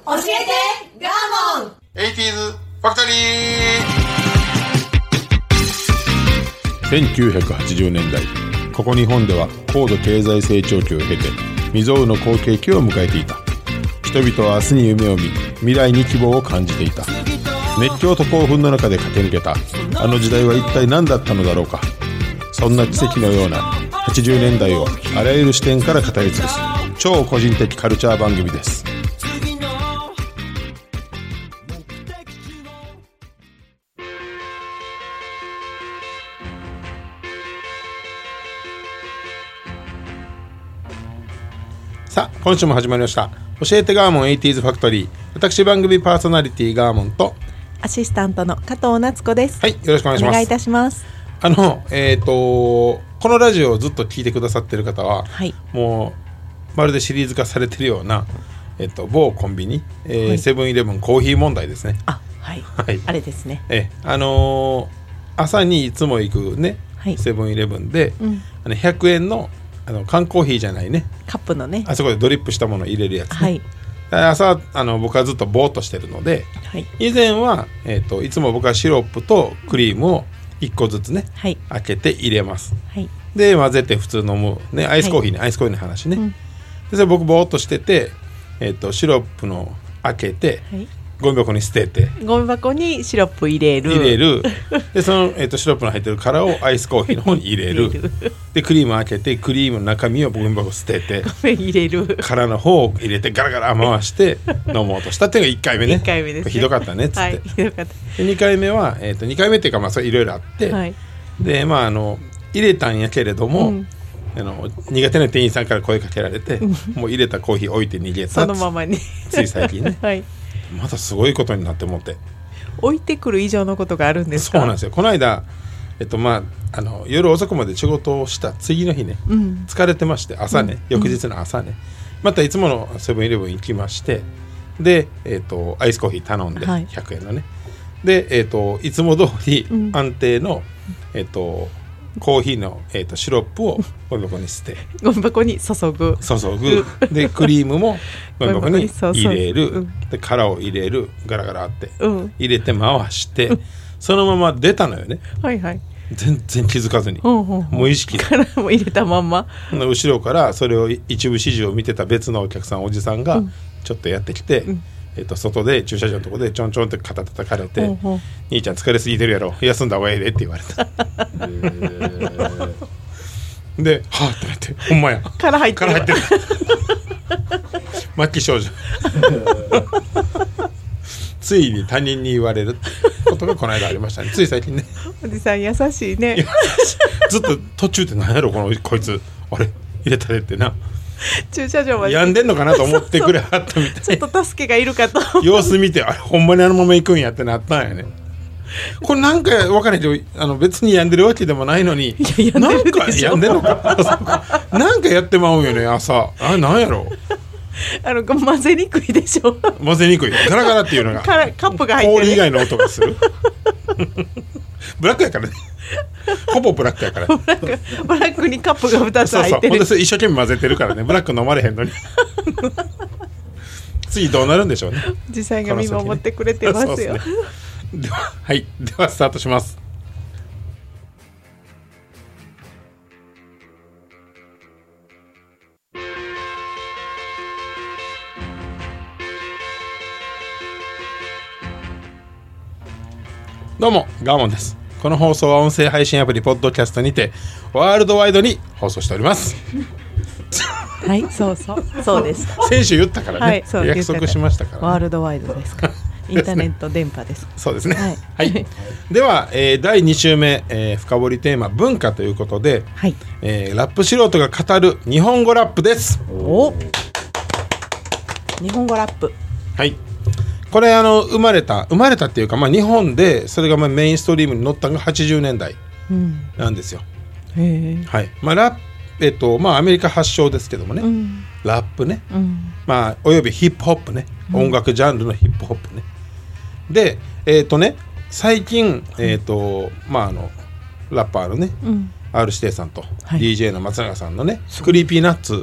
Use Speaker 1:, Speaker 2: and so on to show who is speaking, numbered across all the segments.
Speaker 1: 教えてガーモン。
Speaker 2: 80s ファクトリー。1980年代、ここ日本では高度経済成長期を経て未曾有の好景気を迎えていた。人々は明日に夢を見、未来に希望を感じていた。熱狂と興奮の中で駆け抜けたあの時代は一体何だったのだろうか。そんな奇跡のような80年代をあらゆる視点から語り尽くす超個人的カルチャー番組です。さあ、今週も始まりました教えてガーモン 80s ファクトリー。私番組パーソナリティガーモンと
Speaker 3: アシスタントの加藤夏子です。
Speaker 2: はい、よろしくお願いします。
Speaker 3: お願いいたします。
Speaker 2: このラジオをずっと聞いてくださっている方は、
Speaker 3: はい、
Speaker 2: もうまるでシリーズ化されているような、某コンビニ、セブンイレブンコーヒー問題ですね。
Speaker 3: あ、はい、
Speaker 2: はい、
Speaker 3: あれですね。
Speaker 2: 朝にいつも行くね、はい、セブンイレブンで、100円の缶コーヒーじゃないね、
Speaker 3: カップのね、
Speaker 2: あそこでドリップしたものを入れるやつね、
Speaker 3: はい、
Speaker 2: 朝僕はずっとぼーっとしてるので、はい、以前は、いつも僕はシロップとクリームを1個ずつね、はい、開けて入れます、はい、で混ぜて普通飲む、ね、アイスコーヒーね、はい、アイスコーヒーの話ね、でそれ僕ぼーっとしてて、シロップの開けて、はい、ゴミ箱に捨てて、
Speaker 3: ゴミ箱にシロップ入れる
Speaker 2: でその、シロップの入ってる殻をアイスコーヒーの方に入れるでクリーム開けてクリームの中身をゴミ箱捨てて
Speaker 3: 入れる
Speaker 2: 殻の方を入れてガラガラ回して飲もうとしたっていうのが1回目ね。
Speaker 3: 1回目ですね。
Speaker 2: ひどかったねっつって、はい、
Speaker 3: ひどかった。
Speaker 2: で2回目は、2回目っていうかまあそれいろいろあって、はい、でまあ入れたんやけれども、苦手な店員さんから声かけられて、もう入れたコーヒー置いて逃げた
Speaker 3: そのままに
Speaker 2: つい最近ね、
Speaker 3: はい、
Speaker 2: またすごいことになって思って、
Speaker 3: 置いてくる以上のことがあるんですか。
Speaker 2: そうなんですよ。この間、夜遅くまで仕事をした次の日ね、疲れてまして朝ね、翌日の朝ね、またいつものセブンイレブン行きまして、で、アイスコーヒー頼んで、はい、100円のね、で、いつも通り安定の、コーヒーの、シロップをゴミ箱に捨て
Speaker 3: ゴミ箱に注ぐ
Speaker 2: でクリームもゴミ箱に入れる、で殻を入れる、ガラガラって、入れて回して、そのまま出たのよね。はいはい。全然気づかずに、無意識で
Speaker 3: 殻も入れたまんま、
Speaker 2: 後ろからそれを一部始終を見てた別のお客さんおじさんがちょっとやってきて、外で駐車場のとこでちょんちょんって肩叩かれて、兄ちゃん疲れすぎてるやろ、休んだ方がええでって言われたで、はぁってなって、ほんまや、
Speaker 3: 殻入ってる
Speaker 2: 末期症状ついに他人に言われることがこの間ありましたね。つい最近ね。
Speaker 3: おじさん優しいね
Speaker 2: ずっと途中って何やろこいつ、あれ入れたでってな、
Speaker 3: 駐車場まで
Speaker 2: 病んでんのかなと思ってくれはったみたい
Speaker 3: ちょっと助けがいるかと
Speaker 2: 様子見て、あれほんまにあのまま行くんやってなったんやね。これなんか分からないけど、別に病んでるわけでもないのに、なんか病んでんのかなんかやってまうんよね朝。あれなんやろ
Speaker 3: 混ぜにくいでしょ。
Speaker 2: 混ぜにくい、ガラガラっていうのが
Speaker 3: カップが入ってる、
Speaker 2: 氷以外の音がするブラックやからね、ほぼブラックやから
Speaker 3: ブラックにカップが2つ入ってる。
Speaker 2: そうそう、一生懸命混ぜてるからね、ブラック飲まれへんのに次どうなるんでしょうね。
Speaker 3: 実際が見守ってくれてますよ。
Speaker 2: では、はい、ではスタートします。どうもガーモンです。この放送は音声配信アプリポッドキャストにてワールドワイドに放送しております
Speaker 3: はい、そうです
Speaker 2: 先週言ったからね、はい、約束しましたから、ね、
Speaker 3: ワールドワイドですかインターネット電波です。
Speaker 2: そうですね、はい、はい、では、第2週目、深掘りテーマ文化ということで、はい、ラップ素人が語る日本語ラップです。
Speaker 3: お、日本語ラップ、
Speaker 2: はい、これ生まれたっていうか、日本でそれがメインストリームに乗ったのが80年代なんですよ、へ、はい、ラップ、アメリカ発祥ですけどもね、ラップね、およびヒップホップね、音楽ジャンルのヒップホップね。で最近ラッパーのね、R 指定さんと、DJ の松永さんのね、クリーピーナッツ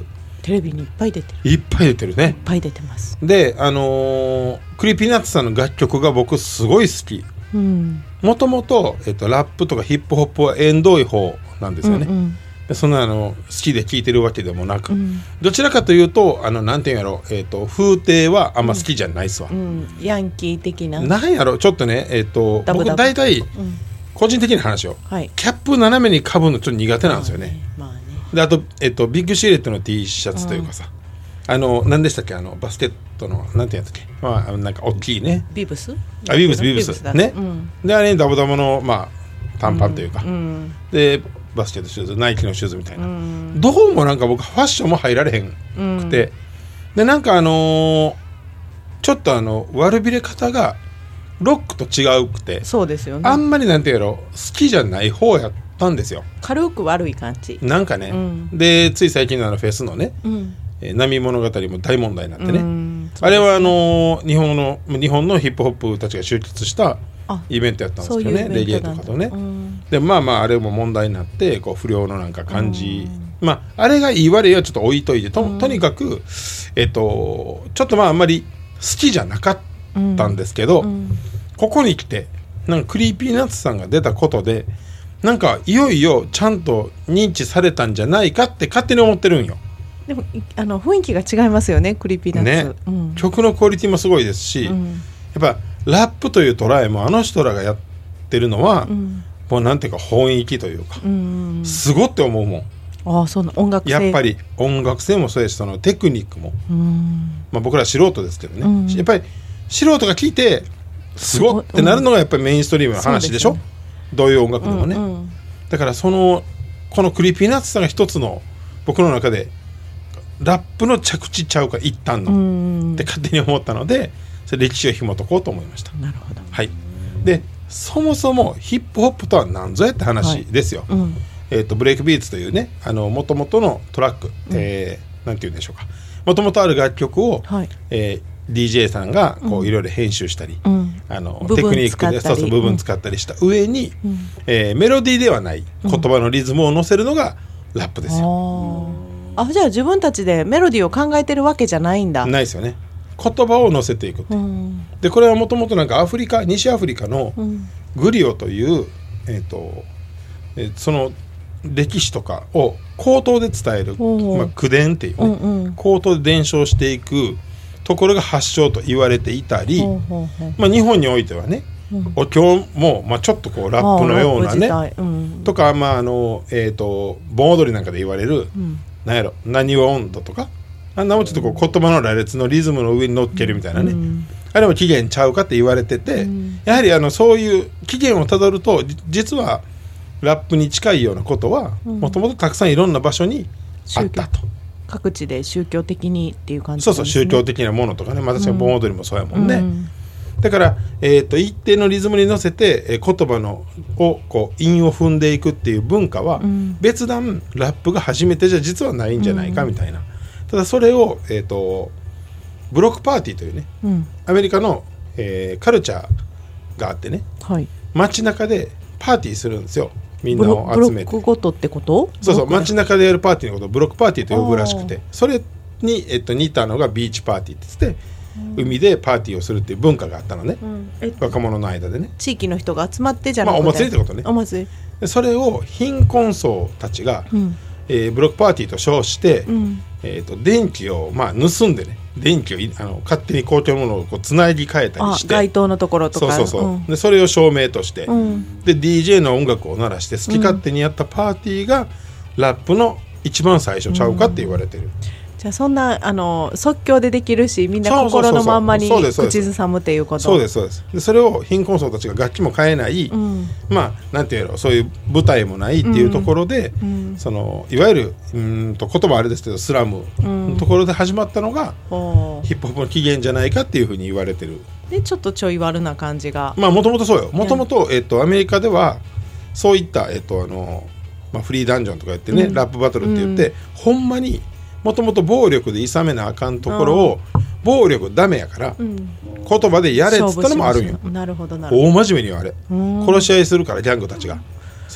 Speaker 3: テレビにいっぱい出てる。
Speaker 2: いっぱい出てるね。
Speaker 3: いっぱい出てます。
Speaker 2: でクリーピーナッツさんの楽曲が僕すごい好き。もともとラップとかヒップホップは縁遠い方なんですよね。でそんな好きで聴いてるわけでもなく、どちらかというとなんていうんやろ、風景はあんま好きじゃないっすわ。
Speaker 3: ヤンキー的な。
Speaker 2: なんやろちょっとね僕大体、個人的な話を、キャップ斜めにかぶるのちょっと苦手なんですよね。であと、ビッグシルエットの T シャツというかさ、何でしたっけバスケットのなんてやつっけ、なんか大きいね
Speaker 3: ビブス
Speaker 2: ビブスね、であれにダボダボの短パンというか、でバスケットシューズナイキのシューズみたいな、どうもなんか僕ファッションも入られへんくて、でなんかちょっと悪びれ方がロックと違うくて、
Speaker 3: そうですよね、
Speaker 2: あんまりなんていうの好きじゃない方やったんですよ。
Speaker 3: 軽く悪い感じ
Speaker 2: なんかね、でつい最近のフェスのね、波物語も大問題になってね、あれは日本のヒップホップたちが集結したイベントやったんですけどね、レゲエとかとね、であれも問題になって不良のなんか感じ、あれがいい悪いはちょっと置いといて、とにかくちょっとあんまり好きじゃなかったんですけど、ここに来てなんかクリーピーナッツさんが出たことでなんかいよいよちゃんと認知されたんじゃないかって勝手に思ってるんよ。
Speaker 3: でも雰囲気が違いますよね、クリーピーナッツ、
Speaker 2: ね、曲のクオリティもすごいですし、やっぱラップというトライも人らがやってるのは、もうなんていうか本域というか、すごって思うもん。
Speaker 3: その音楽性、
Speaker 2: やっぱり音楽性もそうですし、そのテクニックも、僕ら素人ですけどね、やっぱり素人が聞いてすごってなるのがやっぱりメインストリームの話でしょ、どういう音楽でもね、だからこのクリーピーナッツさんが一つの僕の中でラップの着地ちゃうか一旦のって勝手に思ったので、それ歴史を紐解こうと思いました。
Speaker 3: なるほど。
Speaker 2: はい。でそもそもヒップホップとは何ぞやって話ですよ。ブレイクビーツというねもともとのトラック、なんていうんでしょうか、もともとある楽曲を、DJ さんがいろいろ編集したり、テクニックで部分使ったりした上に、メロディーではない言葉のリズムを乗せるのがラップですよ。
Speaker 3: じゃあ自分たちでメロディーを考えてるわけじゃないんだ。
Speaker 2: ないですよね。言葉を乗せていくって、でこれはもともとなんか西アフリカのグリオという、その歴史とかを口頭で伝える、口伝っていうね、口頭で伝承していくところが発祥と言われていたり、日本においてはね、お経も、ちょっとラップのようなね、とか盆踊りなんかで言われる、なんやろ何を温度とか、あんなもちょっと言葉の羅列のリズムの上に乗っけるみたいなね、あれも起源ちゃうかって言われてて、やはりそういう起源をたどると実はラップに近いようなことはもともとたくさんいろんな場所にあったと。
Speaker 3: 各地で宗教的にっていう感じ
Speaker 2: ですね。そう宗教的なものとかね、私は盆踊りもそうやもんね、だから、一定のリズムに乗せて、言葉のを韻を踏んでいくっていう文化は、別段ラップが初めてじゃ実はないんじゃないかみたいな、ただそれを、ブロックパーティーというね、アメリカの、カルチャーがあってね、街中でパーティーするんですよ。みんなを集めて。
Speaker 3: ブロックごとってこと？
Speaker 2: そう街中でやるパーティーのことをブロックパーティーと呼ぶらしくて、それに、似たのがビーチパーティーって言って、海でパーティーをするっていう文化があったのね、若者の間でね、
Speaker 3: 地域の人が集まってじゃなくて、
Speaker 2: お祭りってことね。
Speaker 3: お祭り
Speaker 2: でそれを貧困層たちが、ブロックパーティーと称して、電気を盗んでね、電気を勝手に公共のものをつないぎ替えたりして、
Speaker 3: 街灯のところとか、
Speaker 2: でそれを照明として、で DJ の音楽を鳴らして好き勝手にやったパーティーが、ラップの一番最初ちゃうかって言われてる。
Speaker 3: じゃあそんな即興でできるし、みんな心のまんまに口ずさむっていうこと。
Speaker 2: そうですでそれを貧困層たちが楽器も買えない、なんていうの、そういう舞台もないっていうところで、そのいわゆる言葉あれですけどスラムのところで始まったのが、ヒップホップの起源じゃないかっていうふうに言われてる。
Speaker 3: でちょっとちょい悪な感じが、
Speaker 2: もともとそうよ。もともとアメリカではそういったフリーダンジョンとか言ってね、ラップバトルって言って、ほんまにもともと暴力で諌めなあかんところを、暴力ダメやから、言葉でやれっつったのもあるんよ。
Speaker 3: なるほど
Speaker 2: 大真面目に言われ、殺し合いするからギャングたちが、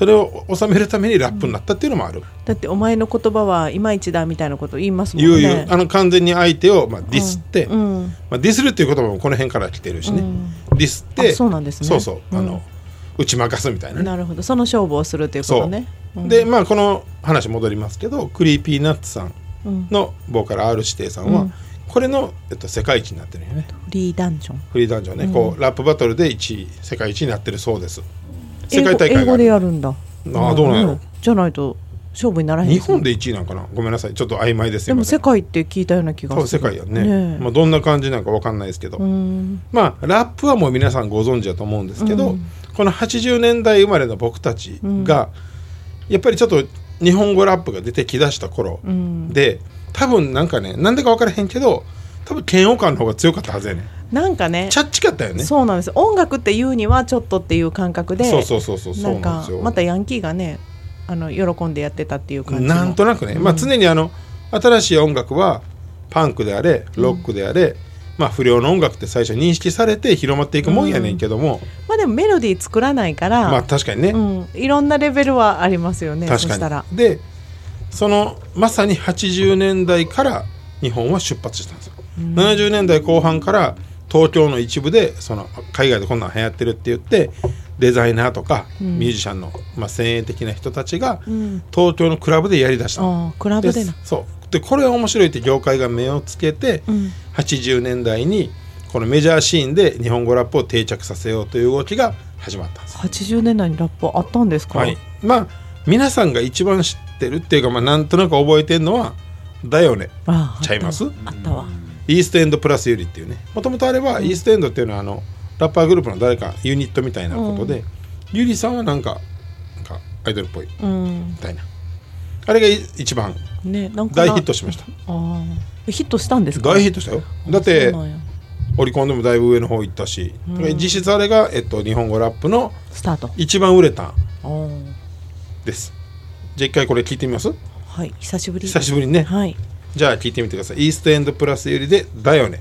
Speaker 2: それを収めるためにラップになったっていうのもある、
Speaker 3: だってお前の言葉はいまいちだみたいなこと言いますもんね。
Speaker 2: 言う完全に相手をディスって、ディスるっていう言葉もこの辺から来てるしね、ディスって
Speaker 3: そうなんですね。
Speaker 2: 打ち負かすみたいなね。
Speaker 3: なるほど、その勝負をするということね。
Speaker 2: でこの話戻りますけど、クリーピーナッツさんのボーカル R 指定さんは、これの、世界一になってるよね。
Speaker 3: フリーダンジョン
Speaker 2: ね、こうラップバトルで世界一になってるそうです。世界大会が
Speaker 3: 英語でやるんだ。
Speaker 2: どうなんやろ、
Speaker 3: じゃないと勝負にならへん。
Speaker 2: 日本で1位なんかな、ごめんなさい、ちょっと曖昧ですよ。
Speaker 3: でも世界って聞いたような気がする。
Speaker 2: 世界やね、どんな感じなんか分かんないですけど、ラップはもう皆さんご存知だと思うんですけど、この80年代生まれの僕たちが、やっぱりちょっと日本語ラップが出てきだした頃で、多分なんかね、なんでか分からへんけど、多分嫌悪感の方が強かったはずやね。
Speaker 3: なんかね、
Speaker 2: チャッチかったよね。
Speaker 3: そうなんです。音楽っていうにはちょっとっていう感覚で、
Speaker 2: そう
Speaker 3: なんかまたヤンキーがね、喜んでやってたっていう感じの、
Speaker 2: なんとなくね、常に新しい音楽はパンクであれロックであれ、不良の音楽って最初認識されて広まっていくもんやねんけども、
Speaker 3: でもメロディー作らないから、
Speaker 2: 確かにね、
Speaker 3: いろんなレベルはありますよね。
Speaker 2: 確かに。
Speaker 3: そしたら
Speaker 2: でまさに80年代から日本は出発したんですよ、70年代後半から東京の一部で海外でこんなん流行ってるって言って、デザイナーとかミュージシャンの、先鋭的な人たちが、東京のクラブでやりだしたの。
Speaker 3: クラブでな。
Speaker 2: でこれは面白いって業界が目をつけて、80年代にこのメジャーシーンで日本語ラップを定着させようという動きが始まったんです。
Speaker 3: 80年代にラップあったんですか？
Speaker 2: はい。皆さんが一番知ってるっていうか、なんとなく覚えてるのはだよねちゃいます？
Speaker 3: あったわ。
Speaker 2: イーストエンドプラスユリっていうね、もともとあれは、イーストエンドっていうのはラッパーグループの誰かユニットみたいなことで、ユリさんはなんかアイドルっぽいみたいな、あれが一番大ヒットしました。
Speaker 3: ヒットしたんですか？
Speaker 2: 大ヒットしたよ。だってオリコンでもだいぶ上の方行ったし、実質あれが、日本語ラップの
Speaker 3: スタート
Speaker 2: 一番売れたです。じゃあ一回これ聞いてみます？
Speaker 3: はい、久しぶり
Speaker 2: にね。
Speaker 3: はい。
Speaker 2: じゃあ聞いてみてください。イーストエンドプラスユリでだよね。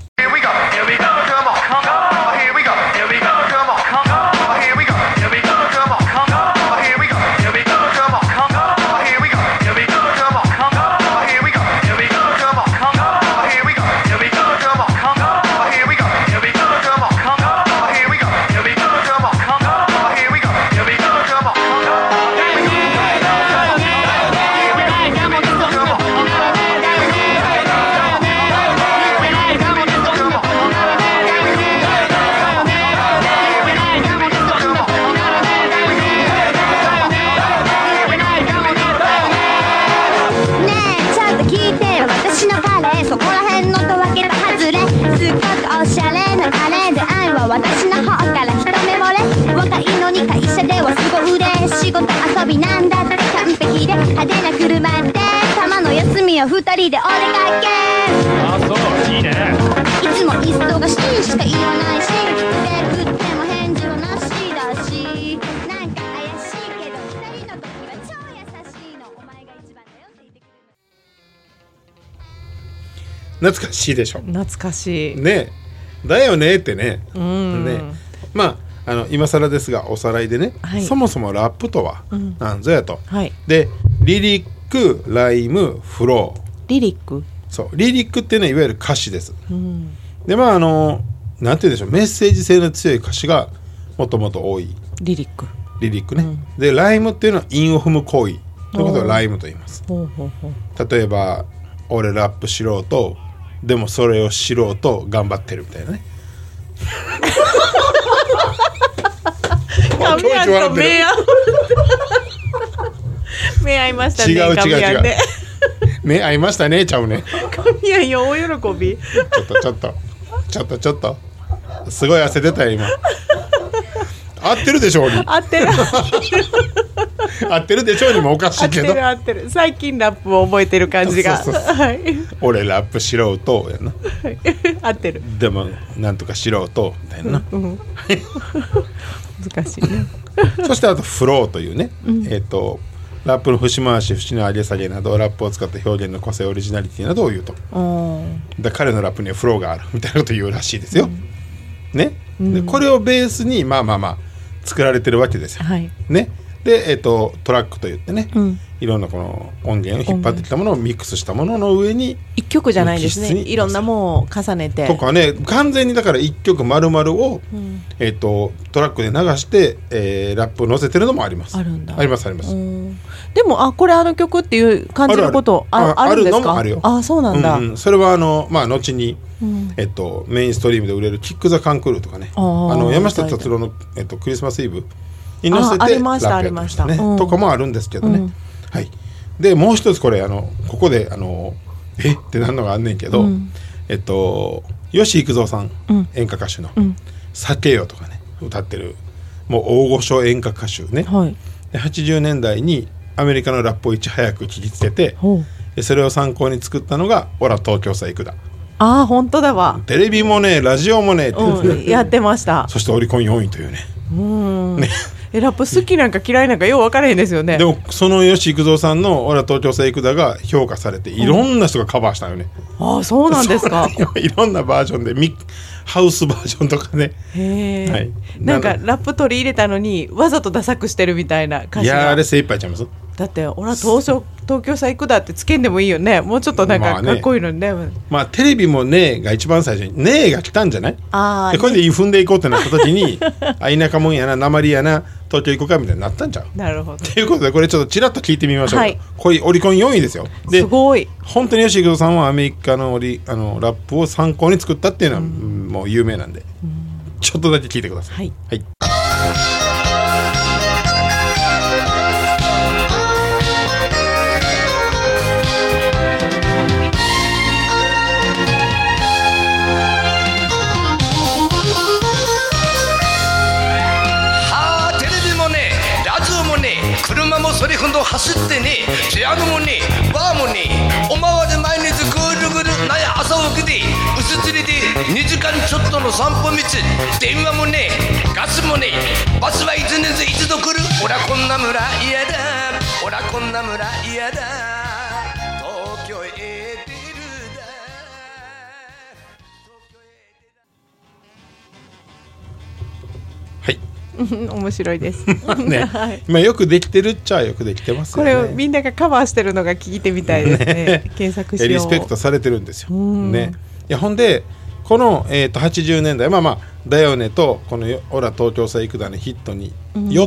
Speaker 4: 私の方から一目惚れ、若いのに会社ではすご腕、仕事遊びなんだって完璧で派手な車で、たまの休みは二人でお出かけ。
Speaker 5: あ、そういいね。
Speaker 4: いつも忙しいしか言わないし、手振っても返事はなしだし、なんか怪しいけど二人の時は超優しいの、お前が一番だよって言ってくる。
Speaker 2: 懐かしいでしょ。
Speaker 3: 懐かしい
Speaker 2: ね。だよねってね。今更ですがおさらいでね、そもそもラップとは何ぞやと、でリリック、ライム、フロー。
Speaker 3: リリック？
Speaker 2: そう、リリックってね、いわゆる歌詞です、でなんて言うんでしょう、メッセージ性の強い歌詞がもともと多い
Speaker 3: リリック
Speaker 2: ね、でライムっていうのは韻を踏む行為ということをライムと言います。例えば俺ラップ素人でもそれを知ろうと頑張ってるみたいなね。
Speaker 3: 神谷と目合いましたね。
Speaker 2: 違う目合いましたねちゃうね。
Speaker 3: 神谷よ大喜び。
Speaker 2: ちょっとすごい汗出たよ今。合ってるでしょうに。
Speaker 3: 合ってる
Speaker 2: でしょうにもおかしいけど。
Speaker 3: 合ってる。最近ラップを覚えてる感じが。はい。
Speaker 2: 俺ラップ素人やな。
Speaker 3: 合ってる。
Speaker 2: でもなんとか素人みたいな。
Speaker 3: 難しいね。
Speaker 2: そしてあとフローというね、ラップの節回し、節の上げ下げなどラップを使った表現の個性、オリジナリティなどを言うと。彼のラップにはフローがあるみたいなことを言うらしいですよ。ね。でこれをベースに作られてるわけですよ。ね。 で、トラックといってね、いろんなこの音源を引っ張ってきたものをミックスしたものの上に
Speaker 3: 一曲じゃないですね、いろんなものを重ねて
Speaker 2: とかね、完全にだから一曲丸々を、トラックで流して、ラップを乗せてるのもあります。
Speaker 3: あるんだ。
Speaker 2: ありますあります。
Speaker 3: でもこれ曲っていう感じのことあるんですか？
Speaker 2: あるのもあるよ。
Speaker 3: そうなんだ。
Speaker 2: それは後に、メインストリームで売れるキック・ザ・カンクルーとかね、山下達郎の、クリスマスイブに乗せてラップやってましたね、とかもあるんですけどね、はい。でもう一つこれここでってなんのがあんねんけど、吉幾三さん、演歌歌手の「酒よ」とかね歌ってるもう大御所演歌歌手ね、で80年代にアメリカのラップをいち早く聞きつけて、それを参考に作ったのが「オラ東京さ行くだ」。
Speaker 3: 本当だわ。
Speaker 2: テレビもねラジオもねって
Speaker 3: やってました。
Speaker 2: そしてオリコン4位というね。
Speaker 3: ラップ好きなんか嫌いなんかよう分からへんですよね。
Speaker 2: でもその吉幾三さんの「オラ東京さ行くだ」が評価されていろんな人がカバーしたよね。
Speaker 3: そうなんですか。
Speaker 2: いろんなバージョンでハウスバージョンとかね。
Speaker 3: はい、なんかラップ取り入れたのにわざとダサくしてるみたいな歌詞が。
Speaker 2: いやあれ精一杯ちゃいます。
Speaker 3: だって「オラ東京さ行くだ」ってつけんでもいいよね。もうちょっとなんかかっこいいのにね。
Speaker 2: テレビもねが一番最初にねが来たんじゃない？でこれで踏んでいこうってなった時に田舎もんやな訛りやな東京行こうかみたいになったんちゃう？
Speaker 3: なるほど。
Speaker 2: ということでこれちょっとちらっと聞いてみましょう。これオリコン4位ですよ。です
Speaker 3: ごい。
Speaker 2: 本当に吉幾三さんはアメリカのラップを参考に作ったっていうのはもう有名なんで、ちょっとだけ聞いてください。はい。
Speaker 6: 車もそれほど走ってね、ピアノもね、バーもね、おまわり毎日ぐるぐるなや朝起きで薄釣りで2時間ちょっとの散歩道、電話もね、ガスもね、バスは一年ず一度来る。おらこんな村嫌だ、おらこんな村嫌だ、東京へ出るだ。
Speaker 2: はい。
Speaker 3: 面白いです
Speaker 2: ね、今よくできてるっちゃよくできてますよね。
Speaker 3: これをみんながカバーしてるのが聞いてみたいですね。検索しよう。
Speaker 2: リスペクトされてるんですよ、ね。いやほんでこの、80年代だよねとこの「オラ東京さ行くだ」のヒットによって、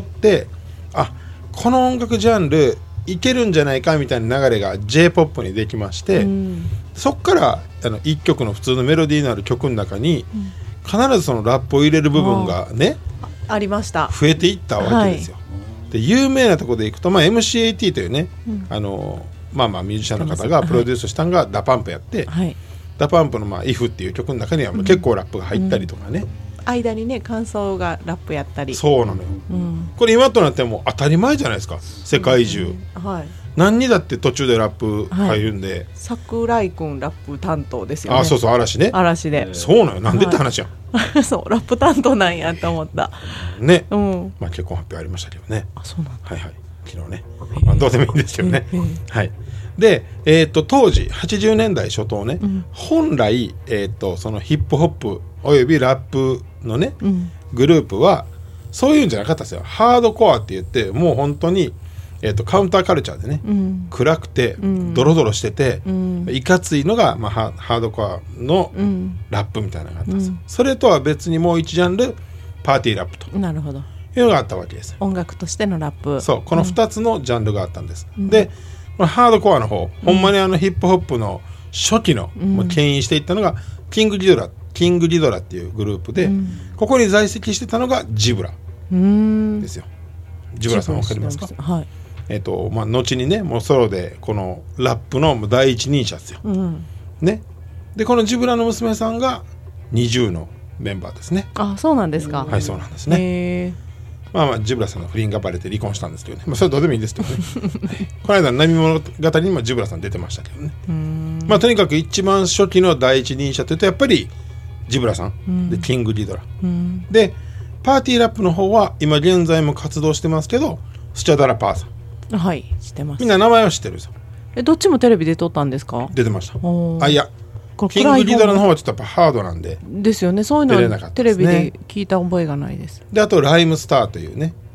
Speaker 2: この音楽ジャンルいけるんじゃないかみたいな流れが J-POP にできまして、そっから1曲の普通のメロディーのある曲の中に、必ずそのラップを入れる部分がね
Speaker 3: ありました。
Speaker 2: 増えていったわけですよ。で有名なところでいくと、MCAT というね、ミュージシャンの方がプロデュースしたのがダパンプやって、ダパンプの「IF」っていう曲の中には結構ラップが入ったりとかね、
Speaker 3: 間にね感想がラップやったり。
Speaker 2: そうなのよ、これ今となっても当たり前じゃないですか、世界中、何にだって途中でラップ入るんで、
Speaker 3: 桜井くんラップ担当ですよね。
Speaker 2: そうそう、嵐ね。
Speaker 3: 嵐で。
Speaker 2: そうなのよ、なんでって話やん。
Speaker 3: そうラップ担当なんやって思った
Speaker 2: ね。結婚発表ありましたけどね。
Speaker 3: そうなんだ。
Speaker 2: 昨日ね、どうでもいいんですけどね。で、当時80年代初頭ね、本来、そのヒップホップおよびラップのね、グループはそういうんじゃなかったんですよ。ハードコアって言ってもう本当に、カウンターカルチャーでね、暗くてドロドロしてて、いかついのが、ハードコアのラップみたいなのがあったんですよ。それとは別にもう一ジャンルパーティーラップというのがあったわけです。
Speaker 3: 音楽としてのラップ。
Speaker 2: そう、この2つのジャンルがあったんです。でハードコアの方、ほんまにヒップホップの初期の、牽引していったのがキングギドラっていうグループで、ここに在籍してたのがジブラですよ。ジブラさんわかりますか？後にねもうソロでこのラップの第一人者ですよ、ね。でこのジブラの娘さんがNiziUのメンバーですね。
Speaker 3: そうなんですか。
Speaker 2: はい、そうなんですね。ジブラさんの不倫がバレて離婚したんですけどね、それはどうでもいいですけどね。この間の波物語にもジブラさん出てましたけどね。とにかく一番初期の第一人者というとやっぱりジブラさん、でキングギドラ、でパーティーラップの方は今現在も活動してますけどスチャダラパーさん。
Speaker 3: 知ってます。
Speaker 2: みんな名前は知ってるんですよ。
Speaker 3: どっちもテレビで撮ったんですか？
Speaker 2: 出てました。いやキングギドラの方はちょっとやっぱハードなんで
Speaker 3: ですよね。そういうのはテレビで聞いた覚えがないです。
Speaker 2: であとライムスターというね、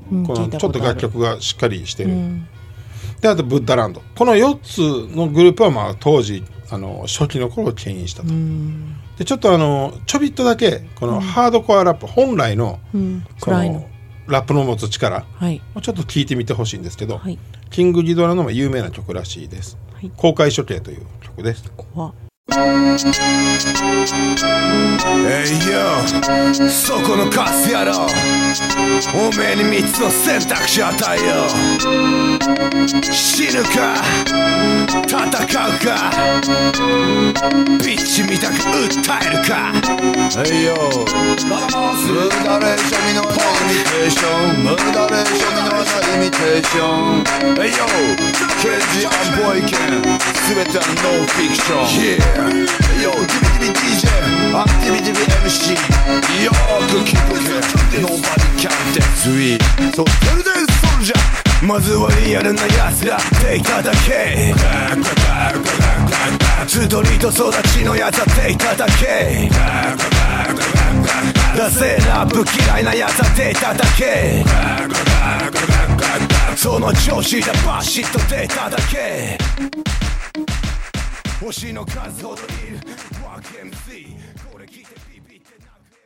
Speaker 2: このちょっと楽曲がしっかりしてる、であとブッダランド、この4つのグループはまあ当時初期の頃を牽引したと。でちょっとちょびっとだけこのハードコアラップ本来のそのラップの持つ力をちょっと聞いてみてほしいんですけど、キングギドラの有名な曲らしいです。公開処刑という曲です。
Speaker 7: そこのカス野郎、おめえに3つの選択肢与えよう。死ぬか戦うか、ビッチみたく訴えるか。ムーダレーション見逃さイミテーション、ムーダレーション見逃さイミテーション。ケンジアンボイケン、全てはノンフィクション。Yo, DBDB DJ, アクティビティビ MC、 よーく聞くけ Nobody can test me。 そう、それでソルジャー、まずはリアルなやつら手いただけ。ストリート育ちのやつは手いただけ。ダセーラップ嫌いなやつは手いただけ。その調子でバシッと手いただけ。星の数ほどいるワーク MC、 これ聞いてビビって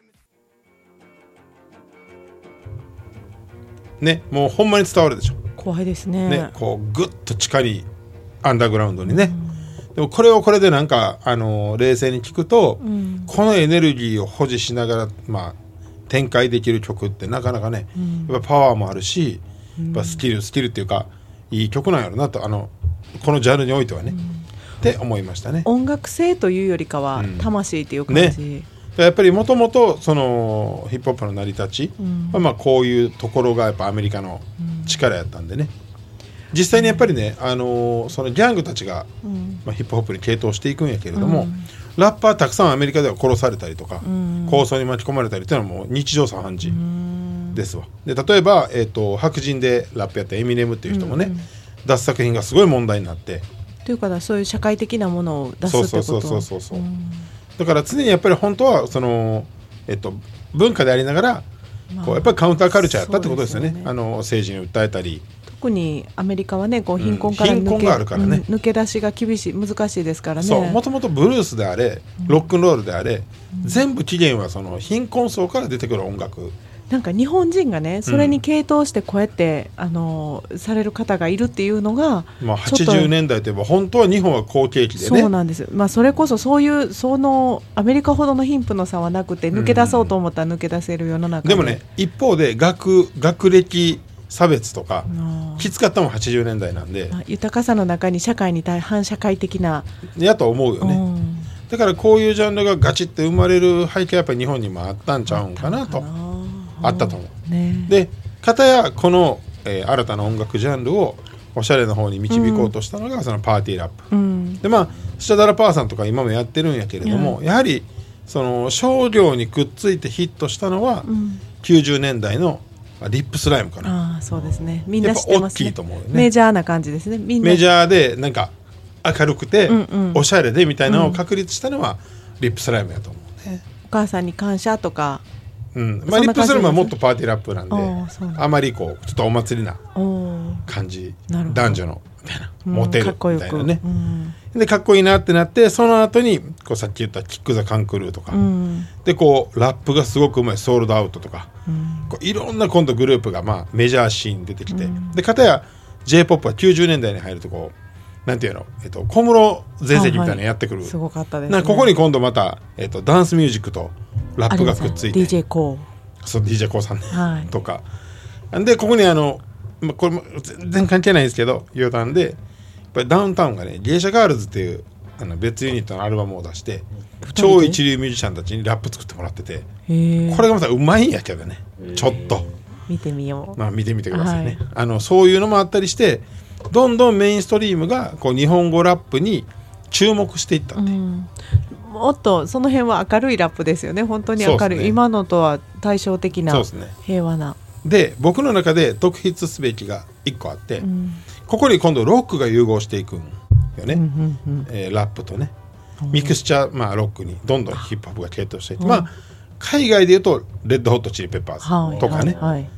Speaker 2: ね、もうほんまに伝わるでしょ。
Speaker 3: 怖いですね。
Speaker 2: こうグッと地下にアンダーグラウンドにね、でもこれをこれでなんか冷静に聞くと、このエネルギーを保持しながらまあ展開できる曲ってなかなかね、やっぱパワーもあるし、やっぱスキルっていうかいい曲なんやろなと、このジャンルにおいてはね、って思いましたね。
Speaker 3: 音楽性というよりかは魂っていう感じ、
Speaker 2: やっぱりもともとそのヒップホップの成り立ちはまあこういうところがやっぱアメリカの力やったんでね、実際にやっぱりね、そのギャングたちが、まあ、ヒップホップに傾倒していくんやけれども、ラッパーたくさんアメリカでは殺されたりとか、抗争に巻き込まれたりっていうのはもう日常茶飯事ですわ。で例えば、白人でラップやったエミネムっていう人もね、出す作品がすごい問題になって、
Speaker 3: というかそういう社会的なものを出すってこと。
Speaker 2: そう、だから常にやっぱり本当はその、文化でありながら、こうやっぱりカウンターカルチャーやったってことですよね。政治に訴えたり、
Speaker 3: 特にアメリカはね、こう貧困から抜け出しが厳しい、難しいですからね。そう、も
Speaker 2: ともとブルースであれロックンロールであれ、全部起源はその貧困層から出てくる音楽。
Speaker 3: なんか日本人がね、それに傾倒してこうやって、される方がいるっていうのが、
Speaker 2: まあ、80年代といえば本当は日本は好景気でね。
Speaker 3: そうなんです、まあ、それこそそういうそのアメリカほどの貧富の差はなくて、抜け出そうと思ったら抜け出せる世の中
Speaker 2: でもね、一方で学歴差別とかきつかったもん80年代なんで、
Speaker 3: 豊かさの中に社会に反社会的な
Speaker 2: やと思うよね。だからこういうジャンルがガチって生まれる背景はやっぱり日本にもあったんちゃうんかなと。あったと思う、で片やこの、新たな音楽ジャンルをおしゃれな方に導こうとしたのが、そのパーティーラップ、でまあスチャダラパーさんとか今もやってるんやけれども、やはりその商業にくっついてヒットしたのは、90年代のリップスライムかな。
Speaker 3: そうですね、みんな知ってますね。
Speaker 2: やっぱ大きいと思うよね。
Speaker 3: メジャーな感じですね。みんな
Speaker 2: メジャーでなんか明るくて、おしゃれでみたいなのを確立したのは、リップスライムやと思うね。
Speaker 3: お母さんに感謝とか、
Speaker 2: まあ、リップスライムはもっとパーティーラップなんで、あまりこうちょっとお祭りな感じ、男女のみたいな、モテるみたいなね、でかっこいいなってなって、その後にこうさっき言ったキック・ザ・カンクルーとか、でこうラップがすごくうまいソールドアウトとか、こういろんな今度グループがまあメジャーシーンに出てきて、で片や J−POP は90年代に入るとこうなんていうの、小室全盛期みたいなのやってくる、
Speaker 3: すごかったですね。
Speaker 2: ここに今度また、ダンスミュージックとラップがくっついて、
Speaker 3: DJ コ
Speaker 2: ー、そう DJ コーさん、ね、とかで、ここにこれも全然関係ないんですけど、余談でやっぱりダウンタウンがね、芸者ガールズっていう別ユニットのアルバムを出して、超一流ミュージシャンたちにラップ作ってもらってて、これがまたうまいんやけどね、ちょっと
Speaker 3: 見てみよう。
Speaker 2: まあ見てみてくださいね、そういうのもあったりして、どんどんメインストリームがこう日本語ラップに注目していったんで、
Speaker 3: もっとその辺は明るいラップですよね。本当に明るい、今のとは対照的な平和な。
Speaker 2: で僕の中で特筆すべきが1個あって、ここに今度ロックが融合していくんよね、ラップとね、ミクスチャー、まあ、ロックにどんどんヒップホップが傾倒していって、まあ、海外でいうとレッドホットチリペッパーズとかね、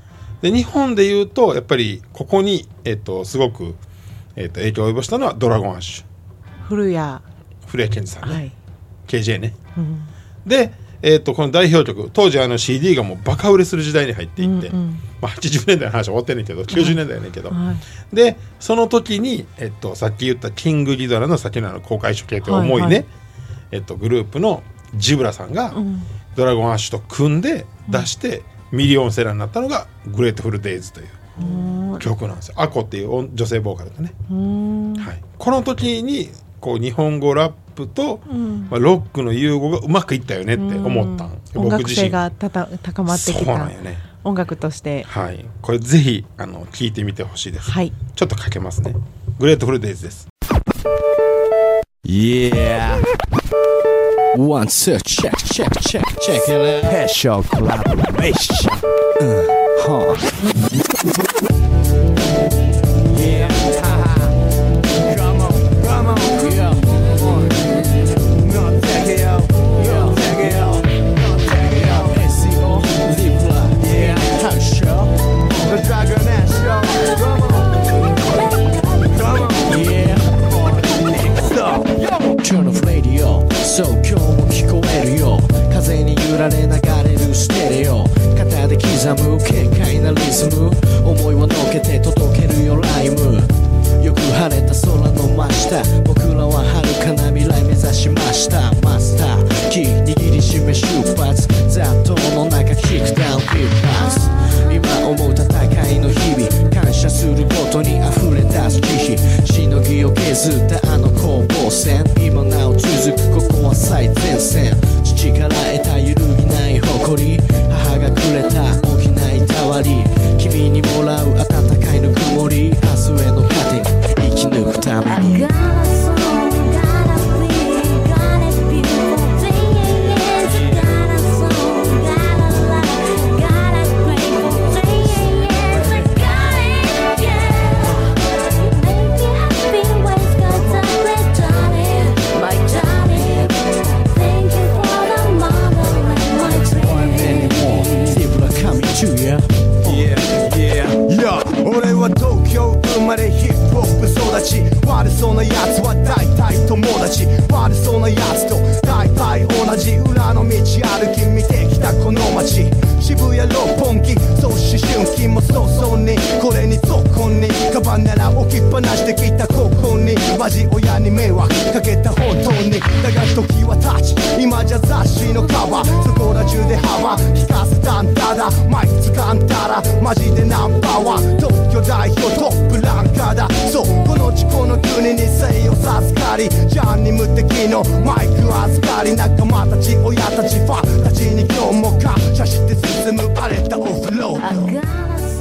Speaker 2: で日本でいうとやっぱりここに、すごく、影響を及ぼしたのはドラゴンアッシュ、
Speaker 3: 古谷
Speaker 2: 健二さんね、
Speaker 3: はい、
Speaker 2: KJ ね、で、この代表曲当時CD がもうバカ売れする時代に入っていって、まあ、80年代の話は終わってんねんけど90年代やねんけど、でその時に、さっき言ったキングギドラのさっきの公開処刑という思いね、グループのジブラさんが、ドラゴンアッシュと組んで出して、ミリオンセラーになったのがグレートフルデイズという曲なんですよ。アコっていう女性ボーカルとね、はい、この時にこう日本語ラップと、まあ、ロックの融合がうまくいったよねって思ったん、
Speaker 3: 音楽性が高まってきた、
Speaker 2: そうなんよね、
Speaker 3: 音楽として、
Speaker 2: はい、これぜひ聴いてみてほしいです、
Speaker 3: はい、
Speaker 2: ちょっとかけますね。グレートフルデイズです。
Speaker 8: Yeah One two check check check check it out Special collaboration huh Yeah Come on come on yeah No check it out yo check it out no check it out SEO Zipla yeah how show The Dragon Ash show come on yeah Next up Turn off radioそう今日も聞こえるよ風に揺られ流れるステレオ肩で刻む軽快なリズム思いを乗けて届けるよライムよく晴れた空の真下僕らは遥かな未来目指しましたマスターキー握りしめ出発雑踏の中キックダウンヒップハウス今思う戦いの日々感謝することに溢れ出す慈悲しのぎを削った攻防戦今なお続くここは最前線父から得た揺るぎない誇り母がくれた大きないたわり君にもらう温かいぬくもり明日への糧に生き抜くために
Speaker 9: 俺は東京生まれヒップホップ育ち悪そうなやつは大体友達悪そうなやつと大体同じ裏の道歩き見てきたこの街渋谷六本木そう思春期も早々にこれに続婚にカバンなら置きっぱなしてきた高校にマジ親に迷惑かけた本当にだが時は経ち今じゃ雑誌のカバーそこら中で幅利かせたんだだマイク掴んだらマジでナンバーワン東京代表トップランカーだそうこの地この国に生を授かりジャンに無敵のマイク預かり仲間たち親たちファンたちに今日も感謝して進む荒れたオフロード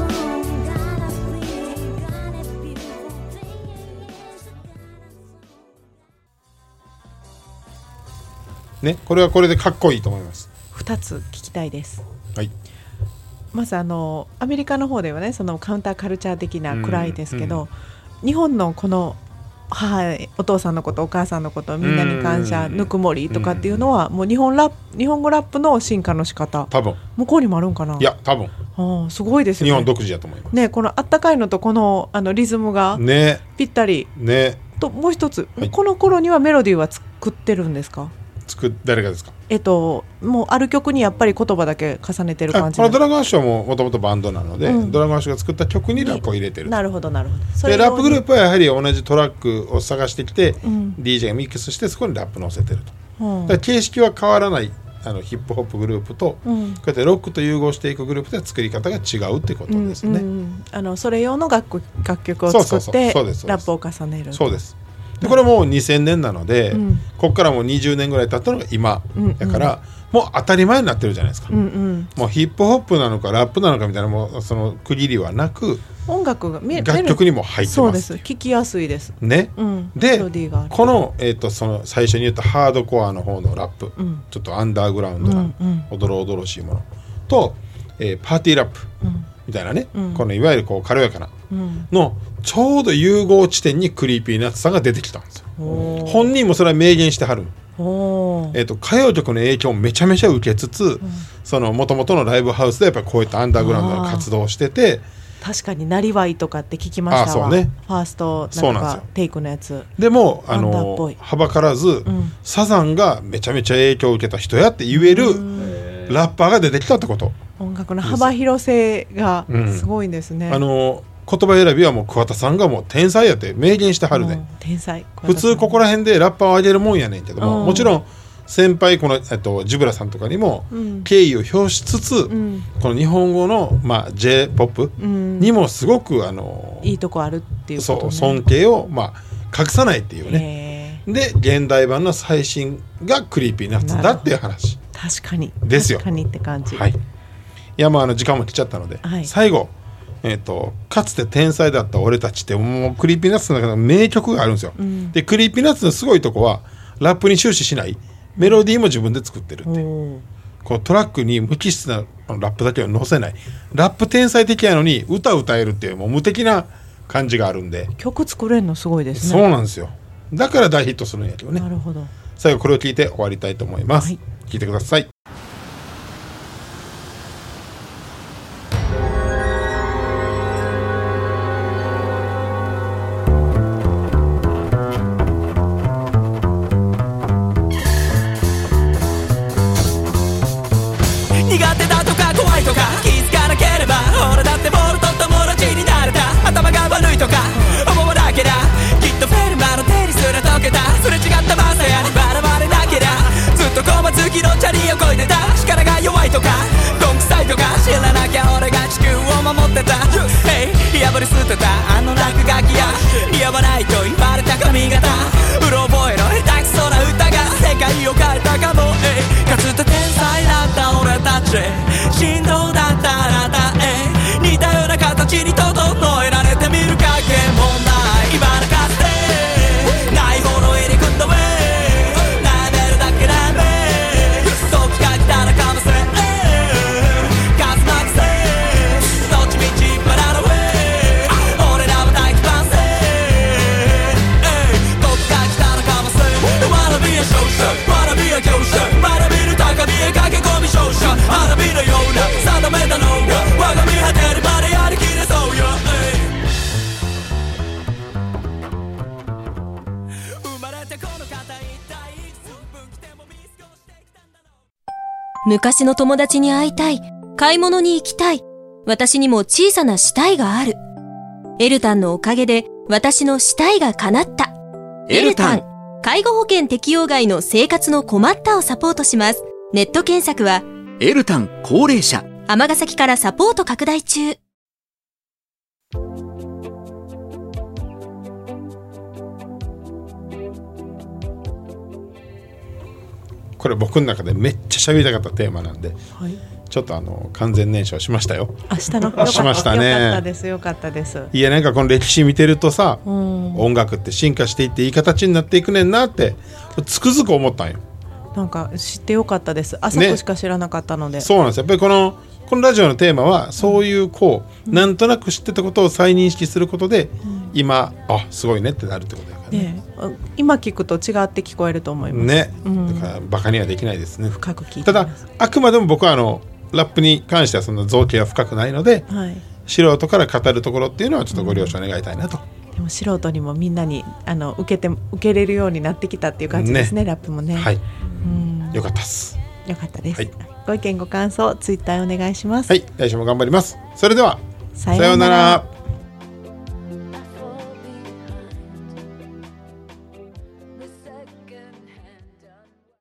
Speaker 2: ね、これはこれでかっこいいと思います。
Speaker 3: 2つ聞きたいです。
Speaker 2: はい。
Speaker 3: まずアメリカの方ではねそのカウンターカルチャー的なくらいですけど、日本のこのお父さんのことお母さんのことみんなに感謝ぬくもりとかっていうのはもう日本語ラップの進化の仕方
Speaker 2: 多分
Speaker 3: 向こうにもあるんかな。
Speaker 2: いや多分
Speaker 3: すごいですよね。
Speaker 2: 日本独自だと思います
Speaker 3: ね。このあったかいのとこのリズムがぴったり、
Speaker 2: ね、
Speaker 3: ともう一つ、
Speaker 2: はい、
Speaker 3: この頃にはメロディーは作ってるんですか。
Speaker 2: 誰がですか。
Speaker 3: もうある曲にやっぱり言葉だけ重ねてる感じ。
Speaker 2: このドラゴンアッシュはもともとバンドなので、ドラゴンアッシュが作った曲にラップを入れてる。
Speaker 3: なるほどなるほど。
Speaker 2: でラップグループはやはり同じトラックを探してきて、DJ がミックスしてそこにラップ乗せてると、だから形式は変わらないヒップホップグループと、こうやってロックと融合していくグループでは作り方が違うってことですね。
Speaker 3: それ用の楽曲を作ってラップを重ねる。
Speaker 2: そうです。でこれもう2000年なので、ここからもう20年ぐらい経ったのが今、だからもう当たり前になってるじゃないですか、もうヒップホップなのかラップなのかみたいなもうその区切りはなく
Speaker 3: 音楽が
Speaker 2: 楽曲にも入ってます。
Speaker 3: そうです。聴きやすいです
Speaker 2: ね、でこの、その最初に言ったハードコアの方のラップ、ちょっとアンダーグラウンドな、おどろおどろしいものと、パーティーラップ、みたいなね、このいわゆるこう軽やかな、のちょうど融合地点にクリーピーナッツさんが出てきたんですよ。本人もそれは明言してはる。 歌謡曲の影響をめちゃめちゃ受けつつ、その元々のライブハウスでやっぱりこういったアンダーグラウンドの活動をしてて、
Speaker 3: 確かになりわいとかって聞きましたわ。
Speaker 2: そうね、
Speaker 3: ファーストなんかテイクのやつ
Speaker 2: でもはばからず、サザンがめちゃめちゃ影響を受けた人やって言えるラッパーが出てきたってこと。
Speaker 3: 音楽の幅広性がすごいんですね。
Speaker 2: 言葉選びはもう桑田さんがもう天才やって明言してはるね。
Speaker 3: 天才。
Speaker 2: 普通ここら辺でラッパーを上げるもんやねんけども、もちろん先輩このジブラさんとかにも敬意を表しつつ、この日本語のJ-POP にもすごく
Speaker 3: いいとこあるっていうことね。
Speaker 2: 尊敬を隠さないっていうね。で現代版の最新がクリーピーナッツだっていう話。
Speaker 3: 確かに
Speaker 2: ですよ。
Speaker 3: 確かにって感じ。
Speaker 2: はい。いや時間も来ちゃったので、最後かつて天才だった俺たちってもうクリーピーナッツの中の名曲があるんですよ。でクリーピーナッツのすごいとこはラップに終始しない。メロディーも自分で作ってるって。こうトラックに無機質なラップだけは載せない。ラップ天才的やのに歌歌えるっていうもう無敵な感じがあるんで。
Speaker 3: 曲作れるのすごいですね。
Speaker 2: そうなんですよ。だから大ヒットするんやけどね。
Speaker 3: なるほど。
Speaker 2: 最後これを聞いて終わりたいと思います。聞いてください。
Speaker 10: 苦手だとか怖いとか気づかなければ俺だってボールと友達になれた。頭が悪いとか思わなきゃきっとフェルマの手にすら溶けた。すれ違ったまさやに笑われなきゃずっと小松木のチャリをこいでた。力が弱いとかどんくさいとか知らなきゃ俺が地球を守ってた。Hey 破り捨てたあの落書きや似合わないと言われた髪型うろ覚えの下手くそな歌が世界を変えたかも。かつて天才だった俺たち振動だったあなたへ似たような形に整えられてみるかけもない今のかつてない方の入り組んだ上舐めるだけ舐め時が来たらかもせん数なくせどっちみちバラの上俺らは大気晩成時が来たらかもせん学びや勝者学びや強者学びる高みへ駆け込み勝者花火のような定めたのが我が身果てるまでやりきれそうよ。生まれてこの方一体いつ分来ても見過ごしてきたんだろう。
Speaker 11: 昔の友達に会いたい。買い物に行きたい。私にも小さなしたいがある。エルタンのおかげで私のしたいが叶った。エルタン。介護保険適用外の生活の困ったをサポートします。ネット検索は
Speaker 12: エルタン高齢者。
Speaker 11: 尼崎からサポート拡大中。
Speaker 2: これ僕の中でめっちゃ喋りたかったテーマなんで、ちょっと完全燃焼しましたよ。
Speaker 3: 明日の
Speaker 2: しましたね。
Speaker 3: よかったですよかったです。
Speaker 2: いやなんかこの歴史見てるとさ、音楽って進化していっていい形になっていくねんなってつくづく思ったんよ。
Speaker 3: なんか知ってよかったです。朝子しか知らなかったので、
Speaker 2: そうなんです。やっぱりこのラジオのテーマはそういうなんとなく知ってたことを再認識することで、今すごいねってなるってことだからね。
Speaker 3: 今聞くと違って聞こえると思います
Speaker 2: ね。だからバカにはできないですね。
Speaker 3: 深く聞いて
Speaker 2: ただあくまでも僕はラップに関してはそんな造形は深くないので、素人から語るところっていうのはちょっとご了承願いたいなと。
Speaker 3: でも素人にもみんなに受けれるようになってきたっていう感じですね、ラップもね。
Speaker 2: よかったです。
Speaker 3: よかったです。ご意見ご感想ツイッターお願いします。
Speaker 2: はい、来週も頑張ります。それでは
Speaker 3: さようなら。